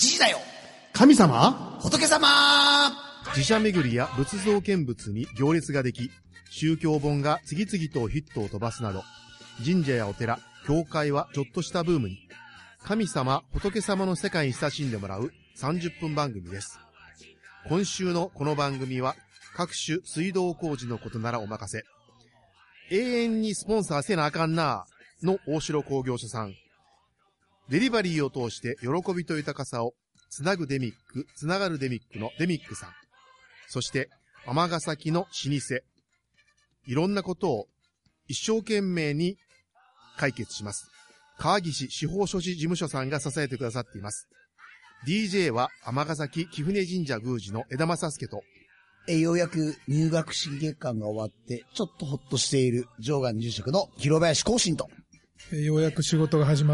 時だよ。 神様、 仏様。 寺社巡りや仏像見物に行列ができ、宗教本が次々とヒットを飛ばすなど、神社やお寺、教会はちょっとしたブームに。神様、仏様の世界に親しんでもらう30分番組です。今週のこの番組は、各種水道工事のことならお任せ。永遠にスポンサーせなあかんなの大城工業所さん。デリバリーを通して喜びと豊かさをつなぐデミック、つながるデミックのデミックさん。そして、尼崎の老舗。いろんなことを一生懸命に解決します。川岸司法書士事務所さんが支えてくださっています。DJ は尼崎貴船神社宮司の枝正助と、 ようやく入学式月間が終わって、ちょっとほっとしている上岸住職の広林光信と、 ようやく仕事が始まって、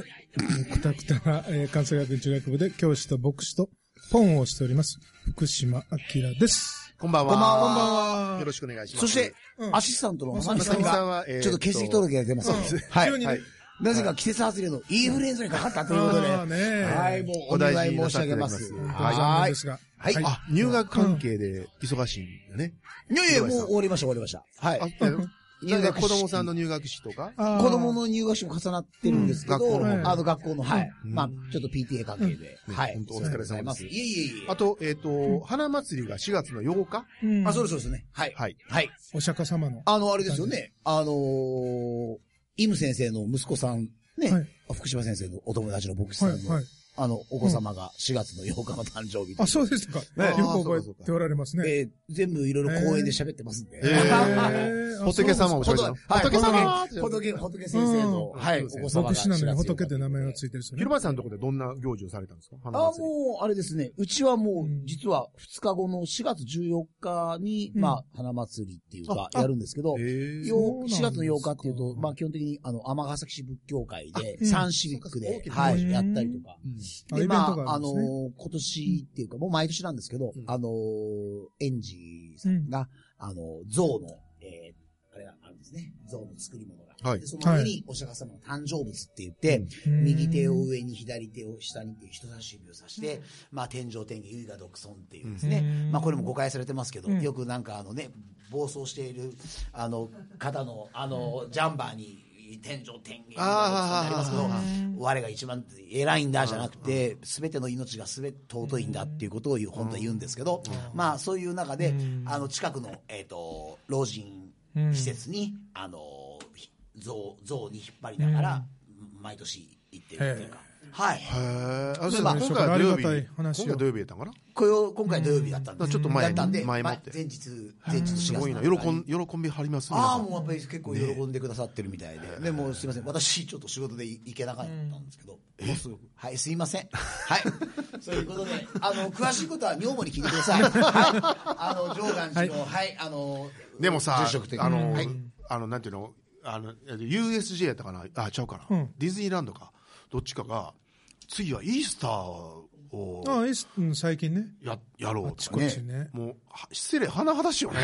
くたくたな、関西学院中学部で教師と牧師とポンをしております。福島明です。 こんばんは。 こんばんは。 よろしくお願いします。 そして、アシスタントのまさみさんが、ちょっと欠席届が出ます。 はい。はい。 なぜか季節外れのインフルエンザにかかったということで、はい、もうお願い申し上げます。 はい。 はい。 あ、入学関係で忙しいんだね。 いやいや、もう終わりました。はい。 入学子供さんの入学式とか子供の入学式も重なってるんですけど、学校の、はい。まあ、ちょっと PTA 関係で。はい。 本当お疲れ様です。 いえ。 あと、花祭りが4月の8日あ、そうですね。はい。はい。 お釈迦様の。 あれですよね。イム先生の息子さん、ね。福島先生のお友達の牧師さんの。お子様が4月の8日の誕生日。 あ、そうですか。よく覚えておられますね。 全部いろいろ講演で喋ってますんで。 仏様をおっしゃるの？ 仏様仏先生の、はい、お子様が。 牧師なのに仏って名前がついてるんですよね。 広林さんのところでどんな行事をされたんですか？ もう、あれですね。うちはもう、実は2日後の4月14日に、まあ、花祭りっていうか、やるんですけど、4月の8日っていうと、まあ、基本的に、尼崎市仏教会で、サンシビックで、はい、やったりとか。で、まあ、今年っていうか、もう毎年なんですけど、園児さんが、象の、あれがあるんですね。象の作り物が。はい。その上にお釈迦様の誕生物って言って、右手を上に左手を下にっていう人差し指を指して、まあ、天上天下、唯我独尊っていうですね。まあ、これも誤解されてますけど、よくなんか暴走している、方の、ジャンバーに、天上天下ありますけど、我が一番偉いんだじゃなくて、すべての命がすべて尊いんだっていうことを本当は言うんですけど、まあそういう中で、近くの、老人施設に、象に引っ張りながら、毎年行ってるっていうか。はい。 今回土曜日やったんかな？ 今回土曜日だったんで。 ちょっと前もって。 前日4月。 すごいな。喜びはりますね。 もうやっぱり結構喜んでくださってるみたいで。でもすいません。私ちょっと仕事で行けなかったんですけど。はい、すいません。はい。そういうことで、詳しいことは女房に聞いてください。はい。上岸寺の、はい、 でもさ、なんていうの、USJ やったかな？ちゃうかな。ディズニーランドか。どっちかが、次はイースターを、 最近ね。 やろうとかね。 もう、失礼、甚だしいよね。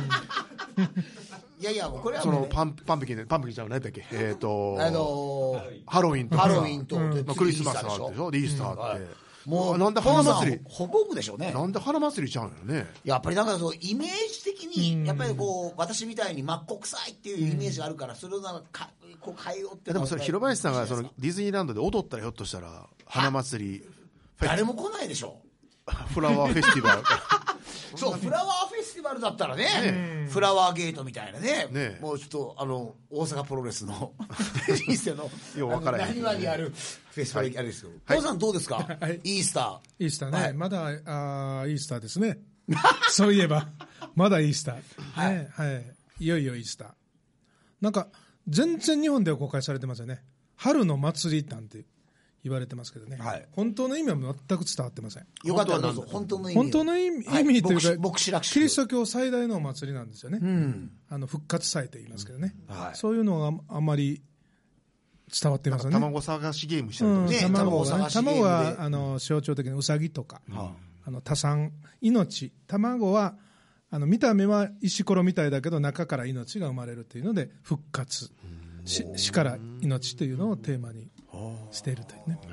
いや、これはその、パンピキンちゃうの何だっけ？ハロウィンとか。 ハロウィンと、 クリスマスがあるでしょ？イースターって。 もう、 なんで花祭りほぼでしょうね。 なんで花祭りちゃうのよね。 やっぱりなんかそう、イメージ的に、やっぱりこう、私みたいに真っ黒臭いっていうイメージがあるから、それをなんか、こう変えようって。 でもそれ、広林さんがそのディズニーランドで踊ったらひょっとしたら、花祭り。 誰も来ないでしょ。 フラワーフェスティバル。 そう、フラワーフェスティバルだったらね、フラワーゲートみたいなね、もうちょっと大阪プロレスの人生の何話にあるフェスティバルあれですよ。父さんどうですか？イースター。 イースターね、まだイースターですね。そういえばまだイースター。はい。いよいよイースター。なんか全然日本では公開されてますよね。春の祭りなんて言われてますけどね、本当の意味は全く伝わってません。 よかったらどうぞ。本当の意味というか、 牧師らしくキリスト教最大のお祭りなんですよね。復活祭と言いますけどね、そういうのがあんまり伝わってますよね。 卵探しゲームしたりとかね。 卵は象徴的にウサギとか、多産、命、卵は見た目は石ころみたいだけど中から命が生まれるというので復活、死から命というのをテーマにしているというね。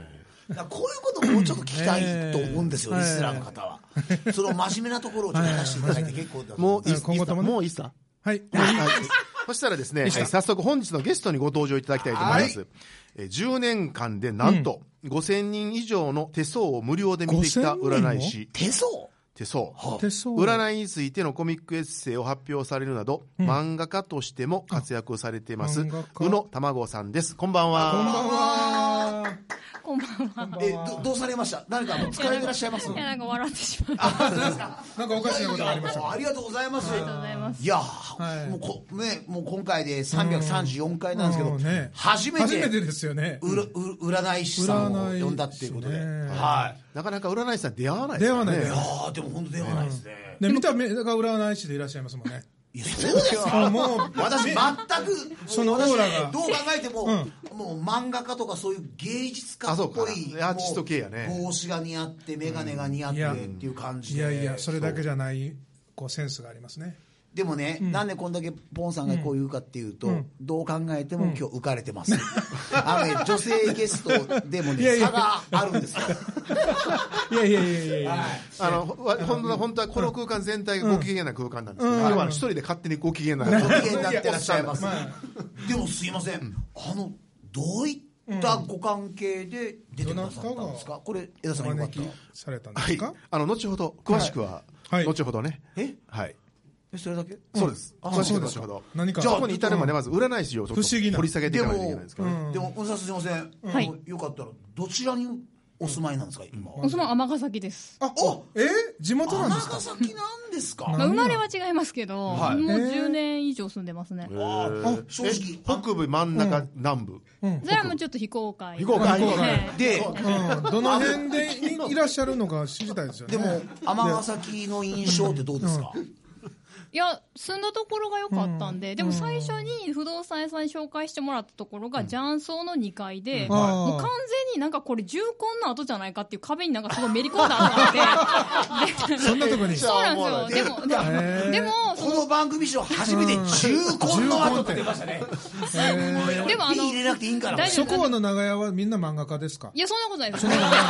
だからこういうこともうちょっと聞きたいと思うんですよ、リスナーの方は。その真面目なところをちょっと話していただいて結構だと思もういい今後ともねもういいっすか？ はい。 そしたらですね、早速本日のゲストにご登場いただきたいと思います。10年間でなんと5000人以上の手相を無料で見てきた占い師。 手相占いについてのコミックエッセイを発表されるなど、漫画家としても活躍されています、宇野玉子さんです。こんばんは。 こんばんは。 こんばんは。 どうされました？何か疲れてらっしゃいます？ いや、なんか笑ってしまう。 なんかおかしなことがありましたか？ ありがとうございます。 ありがとうございます。 いや、もう今回で334回なんですけど、初めてですよね。 占い師さんを呼んだっていうことで、はい。 なかなか占い師さん出会わないですよね。 いやでも本当出会わないですね。 見た目が占い師でいらっしゃいますもんね。 いや、そうですか。 もう私全くそのオーラがどう考えても、もう漫画家とかそういう芸術家っぽいアーティスト系やね。 帽子が似合って眼鏡が似合ってっていう感じで。 いやそれだけじゃないこうセンスがありますね。 でもね、なんでこんだけポンさんがこう言うかっていうと、どう考えても今日浮かれてます。女性ゲストでもね、差があるんですよ。 いや。 本当はこの空間全体がご機嫌な空間なんですけど、今日は一人で勝手にご機嫌な空間ご機嫌になってらっしゃいます。でもすいません、どういったご関係で出てくださったんですか？これ江田さんよかったされたんですか？ 後ほど詳しくは後ほどね。はい。 それだけ？ そうです。詳しく後ほど。 何かそこに至るまでまず占い師をちょっと掘り下げていかないといけないんですけどね。 でも小沢さんすいません。よかったらどちらにお住まいなんですか今？ お住まい尼崎です。 地元なんですか？ 尼崎なんですか？ 生まれは違いますけど、もう10年以上住んでますね。 正直北部真ん中南部。 それはもうちょっと非公開。 非公開で、 どの辺でいらっしゃるのか知りたいですよね。 でも尼崎の印象ってどうですか？ いや、住んだところが良かったんで、でも最初に不動産屋さんに紹介してもらったところが雀荘の2階で、もう完全になんかこれ重婚の後じゃないかっていう壁になんかすごいめり込んだ跡があってそんなとこに。 そうなんですよ。でもこの番組上初めて重婚の後って出ましたね。 でも入れなくていいんかな。 そこの長屋はみんな漫画家ですか？ いや、そんなことないです。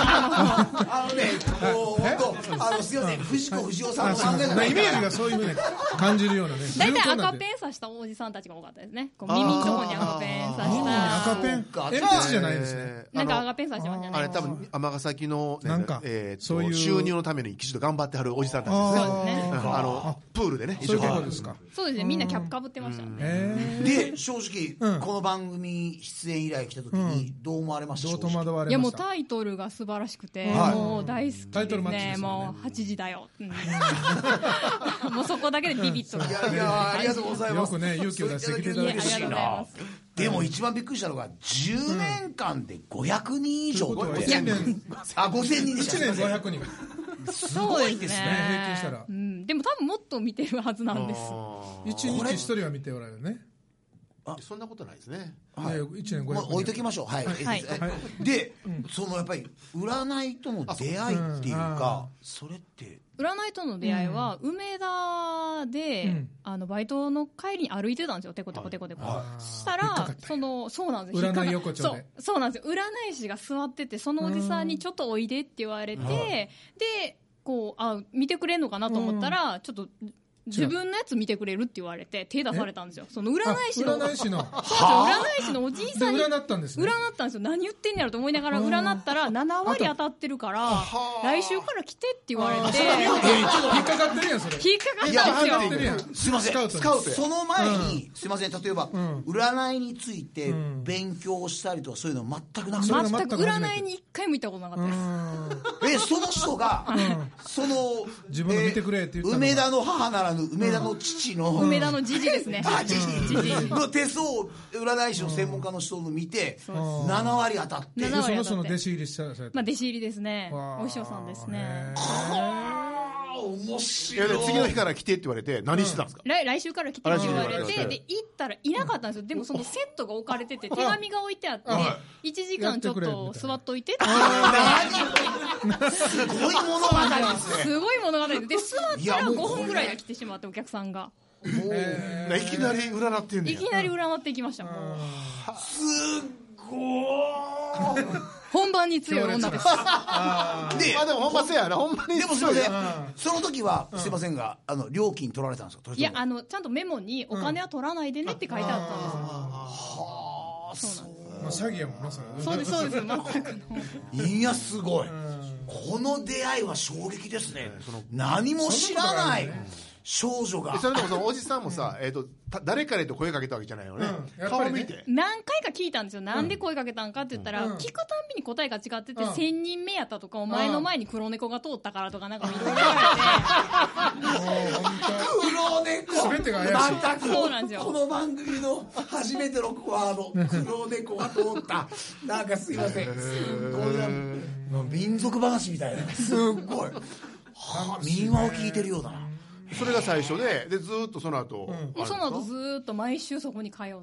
すいません、藤子不二雄さんの漫画イメージがそういうふうに感じるようなね。 大体赤ペン刺したおじさんたちが多かったですね。耳のところに赤ペン刺した。 赤ペン鉛筆じゃないですね。 なんか赤ペン刺してましたね。 あれ多分尼崎のそういう収入のためにきちっと頑張ってはるおじさんたちですね。プールでね、 そういうことですか。 そうですね、みんなキャップかぶってましたね。で、正直この番組出演以来来た時にどう思われました？ どう戸惑われました？ いや、もうタイトルが素晴らしくて、もう大好き。 タイトルマッチですね。もう8時だよ。もうそこだけでビビッと。 いや、ありがとうございます。 よくね、勇気を出してきていただきました。 でも一番びっくりしたのが10年間で500人以上。5000人でした。 1年500人。 すごいですね。 平均したら。 でも多分もっと見てるはずなんです。 1日1人は見ておられるね。 そんなことないですね。 1年500人。 置いときましょう。はい。で、やっぱり占いとの出会いっていうか、それって占いとの出会いは梅田でバイトの帰りに歩いてたんですよ。テコテコテコテコ。そしたらそうなんですよ。 占い横丁で。 そうなんですよ。占い師が座ってて、そのおじさんにちょっとおいでって言われて、でこう見てくれんのかなと思ったら、ちょっと自分のやつ見てくれるって言われて手出されたんですよ。その占い師のおじいさんに占ったんですね。 占ったんですよ。何言ってんやろと思いながら占ったら7割当たってるから来週から来てって言われて、 引っかかってるやんそれ。 引っかかったんですよ。 すいません。その前にすいません、例えば占いについて勉強したりとかそういうの全くなくて、 全く占いに一回も行ったことなかったです。 その人が自分の見てくれって言ったのが梅田の母なら梅田の父の梅田のじじですね。 の手相占い師の専門家の人の見て7割当たって、 その人の弟子入りしたら、 まあ弟子入りですね。お師匠さんですね。 面白い。 次の日から来てって言われて何してたんですか？ 来週から来てって言われて、で行ったらいなかったんですよ。でもそのセットが置かれてて手紙が置いてあって、1時間ちょっと座っといてってすごい物語ですね。 すごい物語で、座ったら5分ぐらいで来てしまって、お客さんがいきなり占ってんねや。 いきなり占っていきました。もうすごー。 本番に強い女です。 で、 まあでもほんませやな、ほんまに。 でもすいません、その時は、すいませんが、料金取られたんですか？ いや、ちゃんとメモにお金は取らないでねって書いてあったんですよ。 はあ、 そうなんです。 まあ詐欺やもんな、それ。 そうです、そうです、全くの。 いや、すごい。この出会いは衝撃ですね。何も知らない少女が。 それでもそのおじさんもさ、誰かにと声かけたわけじゃないよね。顔見て。 何回か聞いたんですよ。なんで声かけたんかって言ったら、聞くたんびに答えが違ってて、1000人目やったとか、お前の前に黒猫が通ったからとか、なんかいろいろ言わ黒猫全てが怪しい。 またそうなんですよこの番組の初めてのワード、黒猫が通った。なんかすいません。すごいな。民族話みたいな。すごい。はあ、民話を聞いてるようだな。 それが最初で、ずーっとその後。 もうその後ずーっと毎週そこに通って、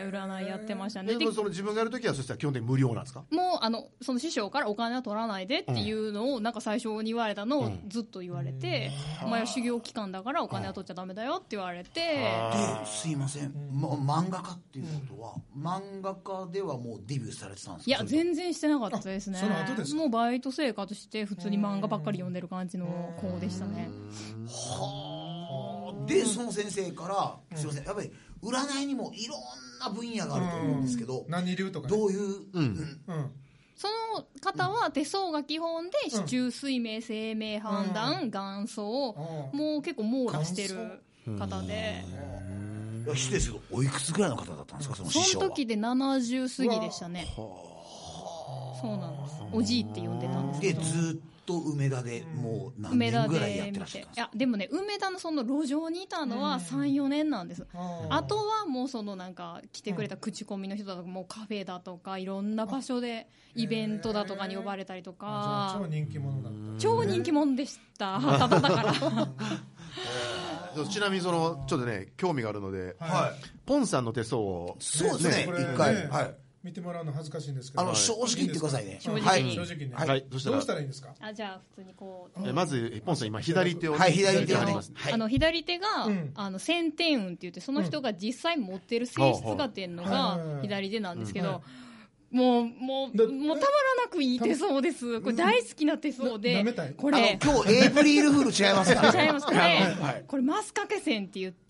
占いやってましたね。 でもその自分がやるときは、そしたら基本的に無料なんですか？ もう、その師匠からお金は取らないでっていうのを、なんか最初に言われたのをずっと言われて、お前は修行期間だからお金は取っちゃダメだよって言われて。 ですいません、漫画家っていうことは、漫画家ではもうデビューされてたんですか？ いや、全然してなかったですね。 その後ですか？ もうバイト生活して普通に漫画ばっかり読んでる感じの子でしたね。 はあ。で、その先生から、すいません、やっぱり占いにもいろんな分野があると思うんですけど、 何流とかね。 どういう、 その方は手相が基本で、四柱推命、生命判断、元相、もう結構網羅してる方で。 いや、失礼ですけど、おいくつぐらいの方だったんですか、その師匠は。 その時で70過ぎでしたね。そうなんです。おじいって呼んでたんですけど。 で、ずっと梅田でもう何年ぐらいやってらっしゃったんですか？ いや、でもね、梅田のその路上にいたのは3、4年なんです。あとはもうそのなんか来てくれた口コミの人だとか、もうカフェだとか、いろんな場所でイベントだとかに呼ばれたりとか。 超人気者だった。 超人気者でした。ただから。 ちなみにちょっとね、興味があるので、ポンさんの手相を。 そうですね、一回。はい。 見てもらうの恥ずかしいんですけど。 正直言ってくださいね。 正直に。 正直に。 はい。どうしたらいいんですか？ じゃあ、普通にこう。 まず、ポンさん今、左手を。 はい、左手をね。 左手が、先天運って言って、その人が実際持ってる性質が出るのが左手なんですけど、もうたまらなくいい手相です。これ大好きな手相で。これ。 今日エイプリルフール違いますか？ 違います。これ、マスカケ線って言って、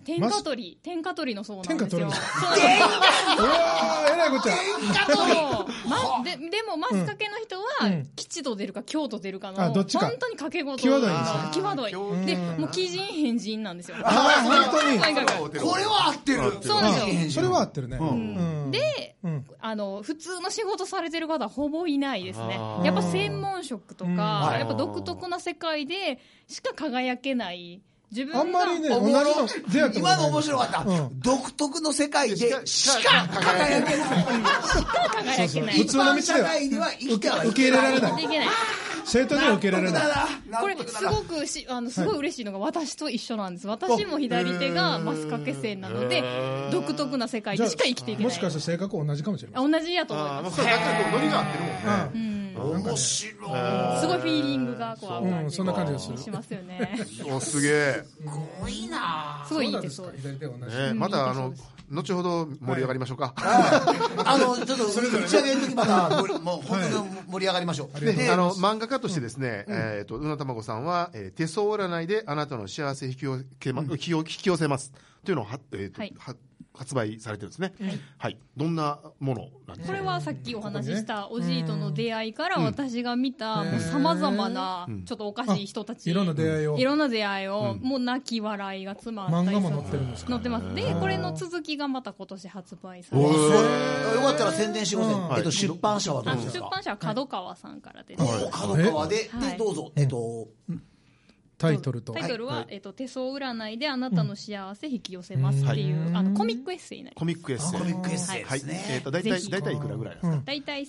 天下取りの相なんですよ。 えらいこっちゃ。 でも、マスカケの人は、吉と出るか京と出るかの、本当に掛け事。 際どいですね。 際どい。で、もう、奇人変人なんですよ。 本当に。 これは合ってる。 そうなんですよ。 それは合ってるね。 で、普通の仕事されてる方はほぼいないですね。やっぱ専門職とか、やっぱ独特な世界でしか輝けない。自分があんまりね、同じの出会って今の面白かった。独特の世界でしか輝けない。 輝けない。 普通の道では受け入れられない。生徒には受け入れられない。 これすごい嬉しいのが私と一緒なんです。私も左手がマスカケ線なので、独特な世界でしか生きていけない。 もしかして性格同じかもしれない。 同じやと思います。 そう、だってノリが合ってるもんね。 面白い。 すごいフィーリングがこう合う感じ。 そんな感じがする。 しますよね。 すげえ。 すごいな。 すごいいいです。 左手は同じ。 また後ほど盛り上がりましょうか。 ちょっと打ち上げの時またもう本当に盛り上がりましょう。 で、漫画家としてですね、うなたまごさんは手相占いであなたの幸せ引き寄せますというのを発売されてるんですね。はい。どんなものなんですか？ これはさっきお話ししたおじいとの出会いから私が見た様々なちょっとおかしい人たち。 いろんな出会いを。 もう泣き笑いが詰まった漫画も載ってるんですか？ 載ってます。で、これの続きがまた今年発売されて。 よかったら宣伝してください。出版社はどうですか？ 出版社は角川さんからです。 角川で、どうぞ。 タイトルは、手相占いであなたの幸せ引き寄せますっていう、コミックエッセイになります。 コミックエッセイ。 コミックエッセイですね。 だいたいいくらぐらいですか？ だいたい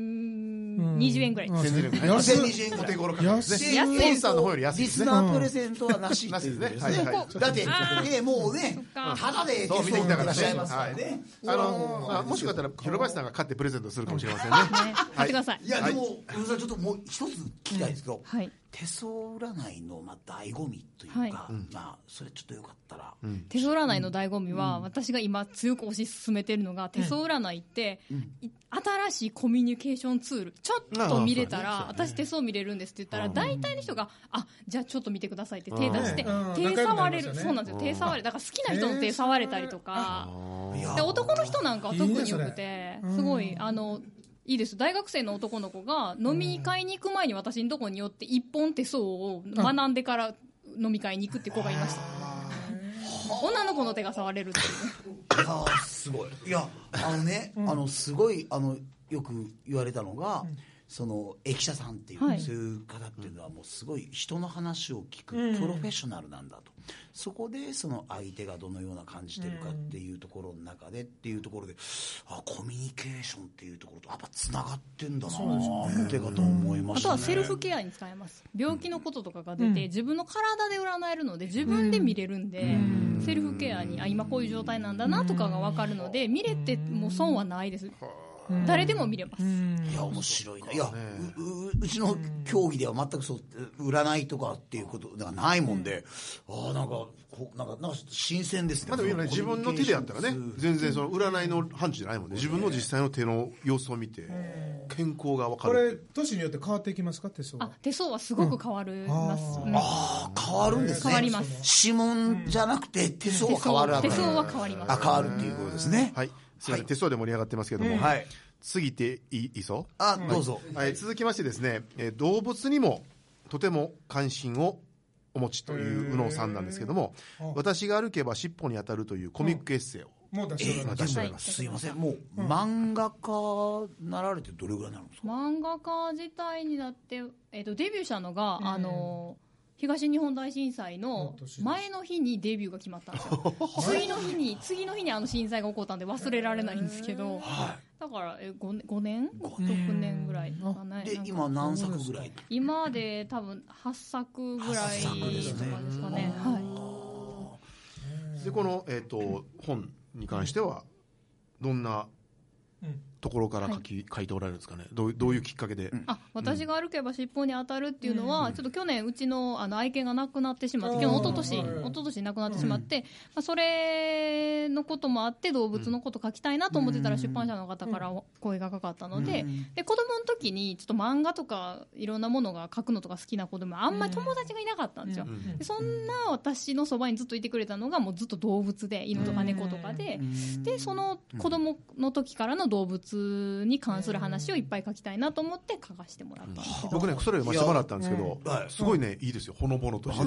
1020円ぐらいです。 1020円ぐらい。 1020円お手頃価格ですね。 安い。 ポンさんの方より安いリですね。 スナープレゼントはなしっていうね。だって、もうね、ただで手相見てらっしゃいますからね。 もしかしたら、広林さんが買ってプレゼントするかもしれませんね。 買ってください。 いや、でも、ちょっともう一つ聞きたいんですけど、 手相占いの醍醐味というか、それちょっとよかったら、 手相占いの醍醐味は、私が今強く推し進めてるのが、手相占いって、新しいコミュニケーションツール、ちょっと見れたら、私手相見れるんですって言ったら、大体の人がじゃあちょっと見てくださいって手出して、手触れる、そうなんですよ、手触れ、だから好きな人の手触れたりとか、で男の人なんかは特によくて、すごいいいです。大学生の男の子が飲み会に行く前に私のとこに寄って一本手相を学んでから飲み会に行くっていう子がいました。女の子の手が触れるっていう。 いやすごい。いやすごいよく言われたのが、その駅舎さんっていう、そういう方っていうのはもうすごい人の話を聞くプロフェッショナルなんだと、そこでその相手がどのような感じてるかっていうところの中でっていうところで、コミュニケーションっていうところとやっぱつながってんだなってかと思いましたね。 あとはセルフケアに使えます。病気のこととかが出て、自分の体で占えるので自分で見れるんで、セルフケアに今こういう状態なんだなとかが分かるので、見れても損はないです。誰でも見れます。 いや面白いな。いや うちの競技では全くそう占いとかっていうことがないもんで、なんか新鮮ですね。 でも自分の手でやったらね、全然その占いの範疇じゃないもんね。自分の実際の手の様子を見て健康が分かる。 これ年によって変わっていきますか、手相は？ 手相はすごく変わります。 変わるんですね。 変わります。 指紋じゃなくて手相は変わるわけ。 手相は変わります。 変わるっていうことですね。 はい。すみません、手相で盛り上がってますけども、次行っていいそう？ どうぞ。 続きましてですね、動物にもとても関心をお持ちという宇野さんなんですけども、私が歩けば尻尾に当たるというコミックエッセイをもう出しております。 すいません、もう漫画家なられてどれぐらいになるんですか？ 漫画家自体になって、デビューしたのが東日本大震災の前の日にデビューが決まったんですよ。次の日に震災が起こったんで忘れられないんですけど、だから5年6年ぐらいですかね。 で今何作ぐらい？ 今で多分8作ぐらいとかですかね。 でこの、本に関してはどんなところから書いておられるんですかね。どういうきっかけで？ 私が歩けば尻尾に当たるっていうのは、ちょっと去年うちの愛犬が亡くなってしまって、一昨年亡くなってしまって、それのこともあって動物のこと書きたいなと思ってたら出版社の方から声がかかったので、子供の時にちょっと漫画とかいろんなものが書くのとか好きな子でもあんまり友達がいなかったんですよ。でそんな私のそばにずっといてくれたのがもうずっと動物で、犬とか猫とかで、その子供の時からの動物に関する話をいっぱい書きたいなと思って書かせてもらったんですけど、 僕ねそれ読ませてもらったんですけど、すごいねいいですよ、ほのぼのとして。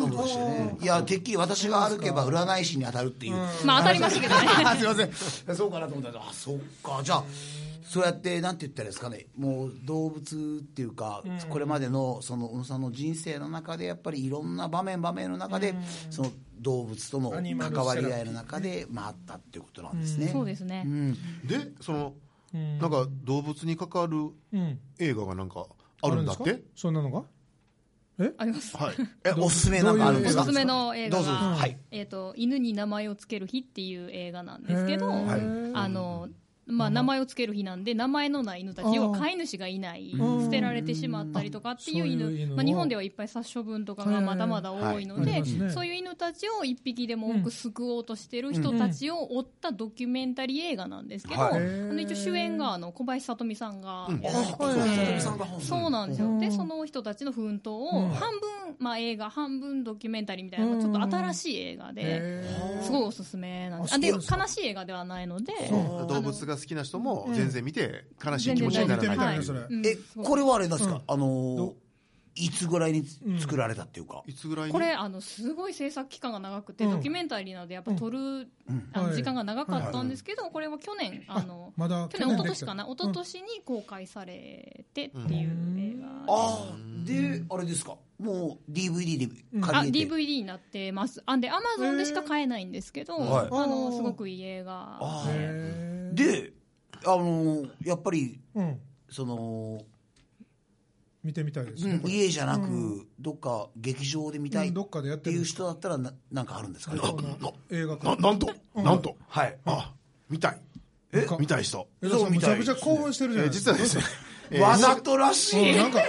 いやてっきり私が歩けば占い師に当たるっていう、 当たりましたけどね。 すいません、そうかなと思ったら、そっか、じゃあそうやってなんて言ったらですかね、もう動物っていうか、これまでのその宇野さんの人生の中でやっぱりいろんな場面の中で、その動物との関わり合いの中であったっていうことなんですね。 そうですね。 でそのなんか動物に関わる映画がなんかあるんだって？ そんなのがあります。 おすすめなんかあるんですか？ おすすめの映画がど犬に名前をつける日っていう映画なんですけど、名前をつける日なんで、名前のない犬たち、要は飼い主がいない、捨てられてしまったりとかっていう犬、日本ではいっぱい殺処分とかがまだまだ多いので、そういう犬たちを一匹でも多く救おうとしてる人たちを追ったドキュメンタリー映画なんですけど、一応主演が小林聡美さんがやられてて、そうなんですよ。でその人たちの奮闘を半分、映画半分ドキュメンタリーみたいな、ちょっと新しい映画ですごいおすすめなんです。で悲しい映画ではないので、 動物が好きな人も全然見て悲しい気持ちにならない。 これはあれなんですか、いつぐらいに作られたっていうか、 いつぐらいに？ これすごい制作期間が長くて、ドキュメンタリーなのでやっぱ撮る時間が長かったんですけど、これは去年去年一昨年かな、一昨年に公開されてっていう映画で、あれですか、もう DVD で借りれて DVD になってます。で Amazon でしか買えないんですけど、すごくいい映画で、やっぱりその見てみたいですね。 家じゃなくどっか劇場で見たいっていう人だったらなんかあるんですかね？ 映画館なんとはい見たい見たい人、 めちゃくちゃ興奮してるじゃないですか。 実はですね、 わざとらしい。 なんか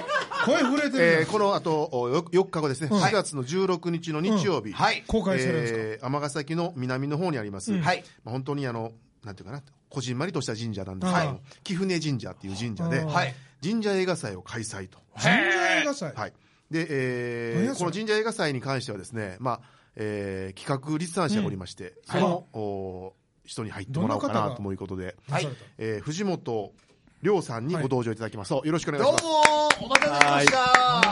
声震えてる。 この後4日後ですね、4月の16日の日曜日、 公開されるんですか。 尼崎の南の方にあります。本当になんていうかな、こじんまりとした神社なんですけども、貴船神社っていう神社で、神社映画祭を開催と。 神社映画祭。 はい。で、この神社映画祭に関してはですね、企画立案者がおりまして、その人に入ってもらおうかなということで、藤本亮さんにご登場いただきます。よろしくお願いします。 どうもお待たせしました。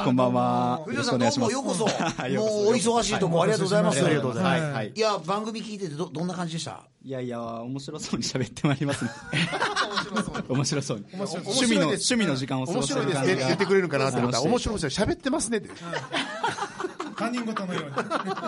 こんばんは。 藤本さんどうもようこそ。もうお忙しいとこありがとうございます。 ありがとうございます。 いや、番組聞いててどんな感じでした？ いやいや、面白そうに喋ってまいりますね。面白そうに。趣味の時間を過ごしてる感じが。 面白いですねって言ってくれるかなと思ったら、面白そうに喋ってますねって。 他人事のように。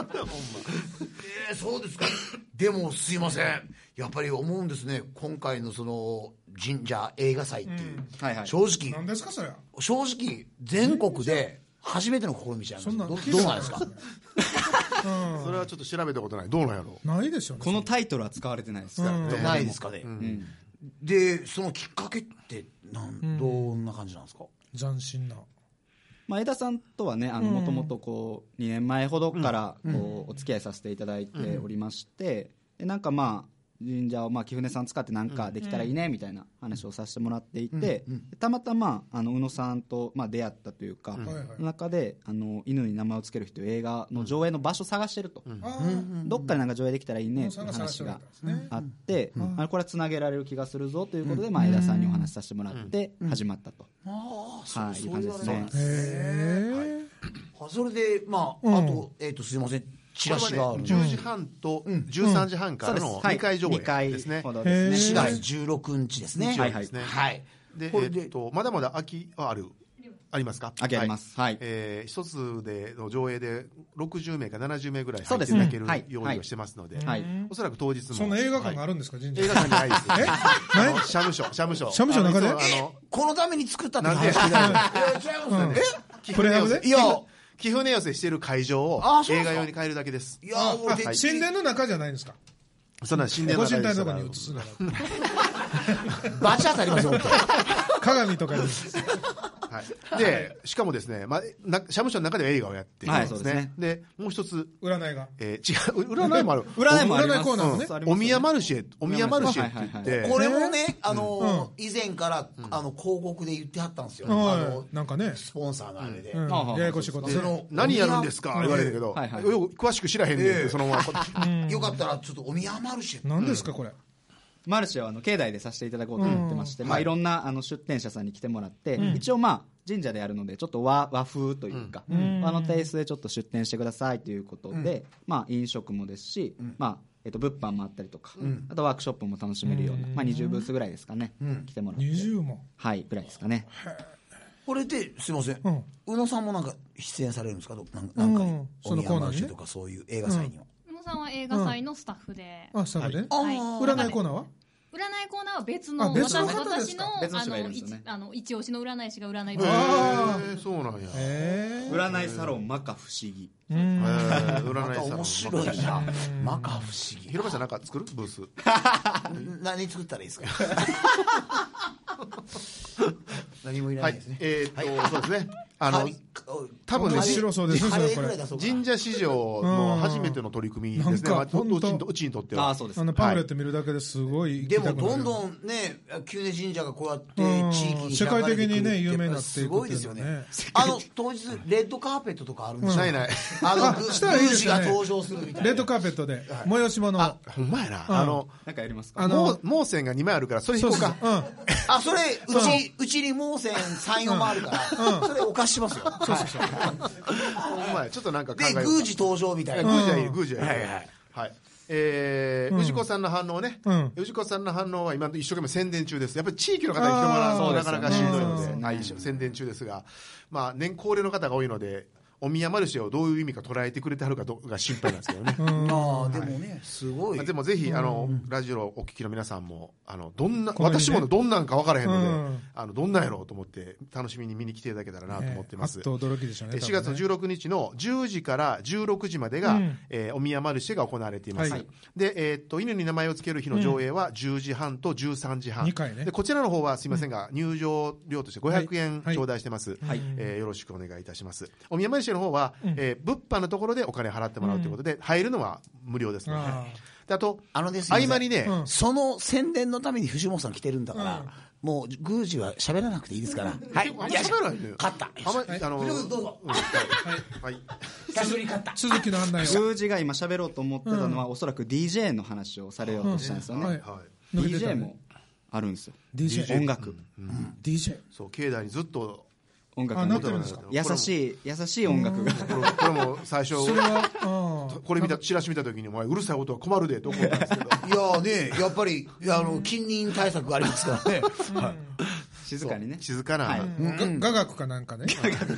そうですか。でもすいません。やっぱり思うんですね。今回のその神社映画祭っていう、正直何ですかそれ。 正直全国で初めての試みじゃないですか。どうなんですか。 それはちょっと調べたことない。どうなんやろう。 ないでしょうね。 このタイトルは使われてないですから。 ないですかね。でそのきっかけってどんな感じなんですか。 斬新な。 江田さんとはね、もともとこう2年前ほどからこうお付き合いさせていただいておりまして、でなんか神社を貴船さん使ってなんかできたらいいねみたいな話をさせてもらっていて、たまたま宇野さんと出会ったというか、中で犬に名前をつける人映画の上映の場所探してると、どっかでなんか上映できたらいいねっていう話があって、これはつなげられる気がするぞということで、江田さんにお話しさせてもらって始まったと、いう感じですね。 それであとすいません、チラシがある。 10時半と13時半からの2回上映ですね。 4月16日ですね。 はい。で、まだまだ空きはありますか？ 空きあります。はい。 一つでの上映で60名か70名ぐらい入っていただけるようにはしてますので、おそらく当日も。 そんな映画館があるんですか？神社。 映画館じゃないです。社務所の中で。 このために作ったって話聞いたんですよ。 プレハブで？ いや。 貴船寄せしている会場を映画用に変えるだけです。 いや神殿の中じゃないんですか？ そんな神殿の中で。ご神体のとこに移すなら。 バチ当たりますよ。 鏡とかに。 で、しかもですね、社務所の中では映画をやっているんですね。で、もう一つ。 占いが。 違う、占いもある。 占いもあります。 コーナーね。 お宮マルシェって言って。 これもね、以前から広告で言ってはったんですよ。 なんかね。 スポンサーのあれで。 ややこしいことね。 何やるんですか言われるけど、詳しく知らへんねんそのまま。 よかったらちょっとお宮マルシェ。 何ですかこれ。 マルシェは境内でさせていただこうと思ってまして、いろんな出店者さんに来てもらって、一応神社でやるのでちょっと和風というか、和のテイストでちょっと出店してくださいということで、飲食もですし、物販もあったりとか、あとワークショップも楽しめるような、20ブースぐらいですかね、来てもらって。 20もはいぐらいですかね。 これですいません、宇野さんもなんか出演されるんですか？なんかお宮マルシェとかそういう映画祭には。 さんは映画祭のスタッフで。 スタッフで。占いコーナーは？ 占いコーナーは別の私の一押しの占い師が占いそうなんや。 占いサロン摩訶不思議。 占いサロン面白いな。摩訶不思議。 広場さんなんか作るブース。 何作ったらいいですか？何もいらないですね。 そうですね。多分ね、神社史上の初めての取り組みですね。うちにとっては。 パンフレット見るだけですごい。 でもどんどんね、久根神社がこうやって地域に世界的にね有名になってすごいですよね。当日レッドカーペットとかあるんですよ。 ない。 宮司が登場するみたいな。 レッドカーペットで催し物。 ほんまやな。 なんかやりますか？ 盲線が2枚あるからそれ引こうか。 それうちに盲線3、4もあるからそれお貸ししますよ。 ほんまや、ちょっとなんか考えで宮司登場みたいな。 宮司はい。氏子さんの反応ね。氏子さんの反応は今一生懸命宣伝中です。やっぱり地域の方に広まらないとなかなかしんどいので、宣伝中ですが、年高齢の方が多いので、 お宮マルシェをどういう意味か捉えてくれてはるかどうかが心配なんですけどね。 でもね、すごい。 でもぜひ、ラジオをお聞きの皆さんも、私もどんなんか分からへんので、どんなんやろうと思って、楽しみに見に来ていただけたらなと思ってます。 あっと驚きでしょうね。 4月の16日の10時から16時までが、お宮マルシェが行われています。で、犬に名前をつける日の上映は10時半と13時半。 2回ね。 で、こちらの方はすいませんが、入場料として500円頂戴してます。よろしくお願いいたします。お宮マルシェの方は、物販のところでお金払ってもらうということで、入るのは無料ですので。で、あと、合間にね、 その宣伝のために藤本さん来てるんだから、もう、宮司は喋らなくていいですから。はい。 喋らないで。 勝った。藤本どうぞ。はい。久しぶりに勝った。 続きの案内を。 宮司が今喋ろうと思ってたのは、おそらく DJ の話をされようとしたんですよね。DJ もあるんですよ。 DJ。 音楽。 DJ。 そう、境内にずっと、 音楽が優しい音楽がこれも最初これチラシ見た時にお前うるさい音は困るでと思ったんですけどいやねやっぱり近隣対策がありますからね静かにね静かな雅楽かなんかね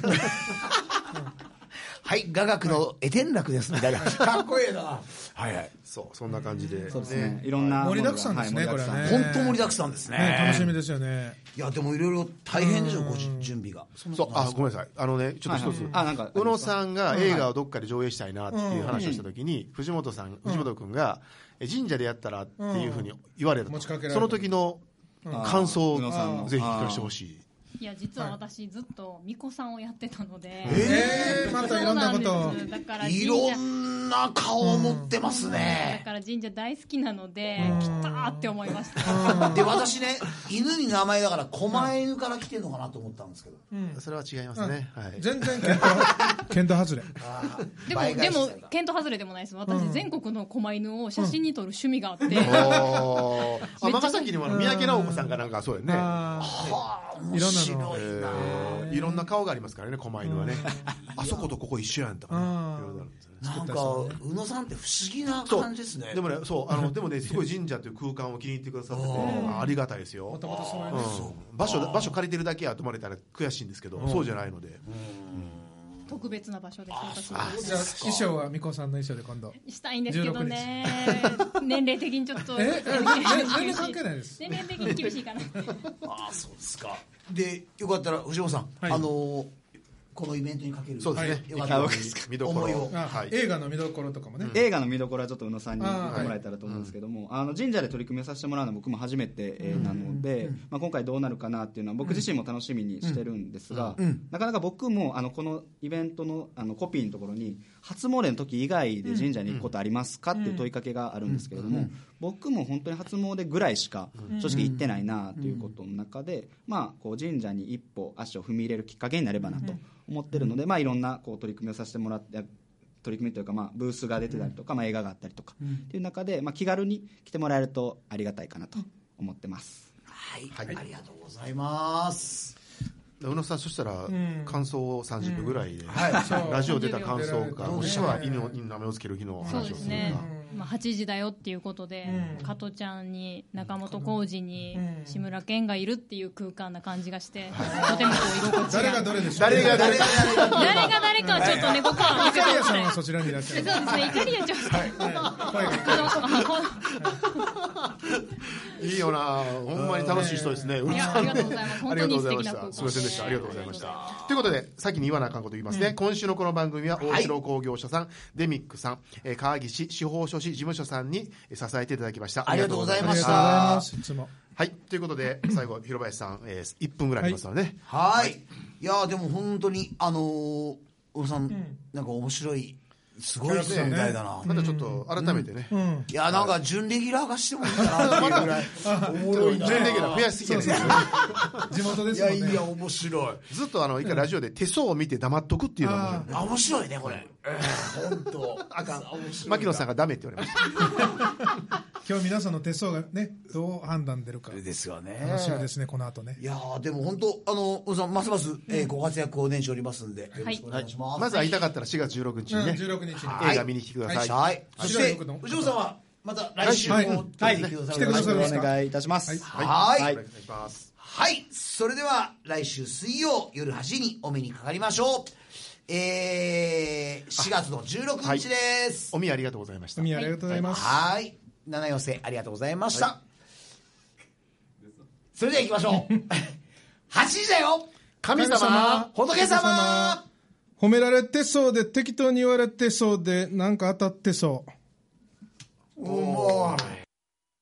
はい雅楽のエテン楽ですみたいなかっこいいなはいはいそうそんな感じでそうですねいろんな盛りだくさんですねこれはね本当盛りだくさんですね楽しみですよねいやでもいろいろ大変でしょご準備がそうごめんなさいちょっと一つ宇野さんが映画をどっかで上映したいなっていう話をした時に藤本君が神社でやったらっていうふうに言われたその時の感想をぜひ聞かせてほしいいや実は私ずっと巫女さんをやってたのでまたいろんなことだからいろんな顔を持ってますねだから神社大好きなので来たーって思いましたで私ね犬に名前だから狛犬から来てるのかなと思ったんですけどそれは違いますね全然検討外れでも検討外れでもないです私全国の狛犬を写真に撮る趣味があって尼崎にも三宅直子さんがなんかそうやねいろんないろんな顔がありますからね狛犬はねあそことここ一緒やんとかねなんか宇野さんって不思議な感じですねでもねでもねすごい神社という空間を気に入ってくださっててありがたいですよ場所借りてるだけやと思われたら悔しいんですけどそうじゃないので特別な場所ですじゃあ衣装は巫女さんの衣装で今度したいんですけどね年齢的にちょっと年齢関係ないです年齢的に厳しいかなそうですかでよかったら藤本さんこのイベントにかけるそうですね見どころ映画の見どころとかもね映画の見どころはちょっと宇野さんに言ってもらえたらと思うんですけども神社で取り組みをさせてもらうのは僕も初めてなので今回どうなるかなっていうのは僕自身も楽しみにしてるんですがなかなか僕もこのイベントのコピーのところに初詣の時以外で神社に行くことありますかっていう問いかけがあるんですけれども僕も本当に初詣ぐらいしか正直行ってないなということの中で神社に一歩足を踏み入れるきっかけになればなと思ってるのでいろんな取り組みをさせてもらって取り組みというかブースが出てたりとか映画があったりとかっていう中で気軽に来てもらえるとありがたいかなと思ってますはいありがとうございます宇野さんそしたら感想を30分ぐらいでラジオ出た感想かもしくは犬の名前をつける日の話をするか 8時だよっていうことで加トちゃんに中本浩二に志村けんがいるっていう空間な感じがしてとても居心地が誰がどれでしょう誰が誰かはちょっとねここはイカリアさんはそちらにいらっしゃるそうですねイカリアちょっといいよなほんまに楽しい人ですねありがとうございます本当に素敵な空間すいませんでしたありがとうございましたということで先に言わなあかんこと言いますね今週のこの番組は大城工業所さんデミックさん川岸司法書士事務所さんに支えていただきましたありがとうございましたはいということで最後広林さん1分ぐらいありますのでねはいいやでも本当に小野さんなんか面白いすごい人みたいだなまたちょっと改めてねいやなんか準レギュラー化してもいいかなっていうぐらいおもろいな準レギュラー増やしすぎやね地元ですもんねいや面白いずっと一回ラジオで手相を見て黙っとくっていうのも面白いねこれ本当あかん牧野さんがダメって言われました今日皆さんの手相がねどう判断出るかですよね楽しみですねこの後ねいやでも本当小野さんますますご活躍をお念しておりますんでよろしくお願いしますまず会いたかったら4月16日にね 16日に映画見に来てくださいそして藤本さんはまた来週も来てくださいよろしくお願いいたしますはいそれでは来週水曜夜8時にお目にかかりましょう 4月の16日です。 おみありがとうございました。 おみありがとうございます。 はい。七寄せありがとうございました。それでは行きましょう。8時だよ。 神様、 仏様。 褒められてそうで適当に言われてそうでなんか当たってそう。 もう。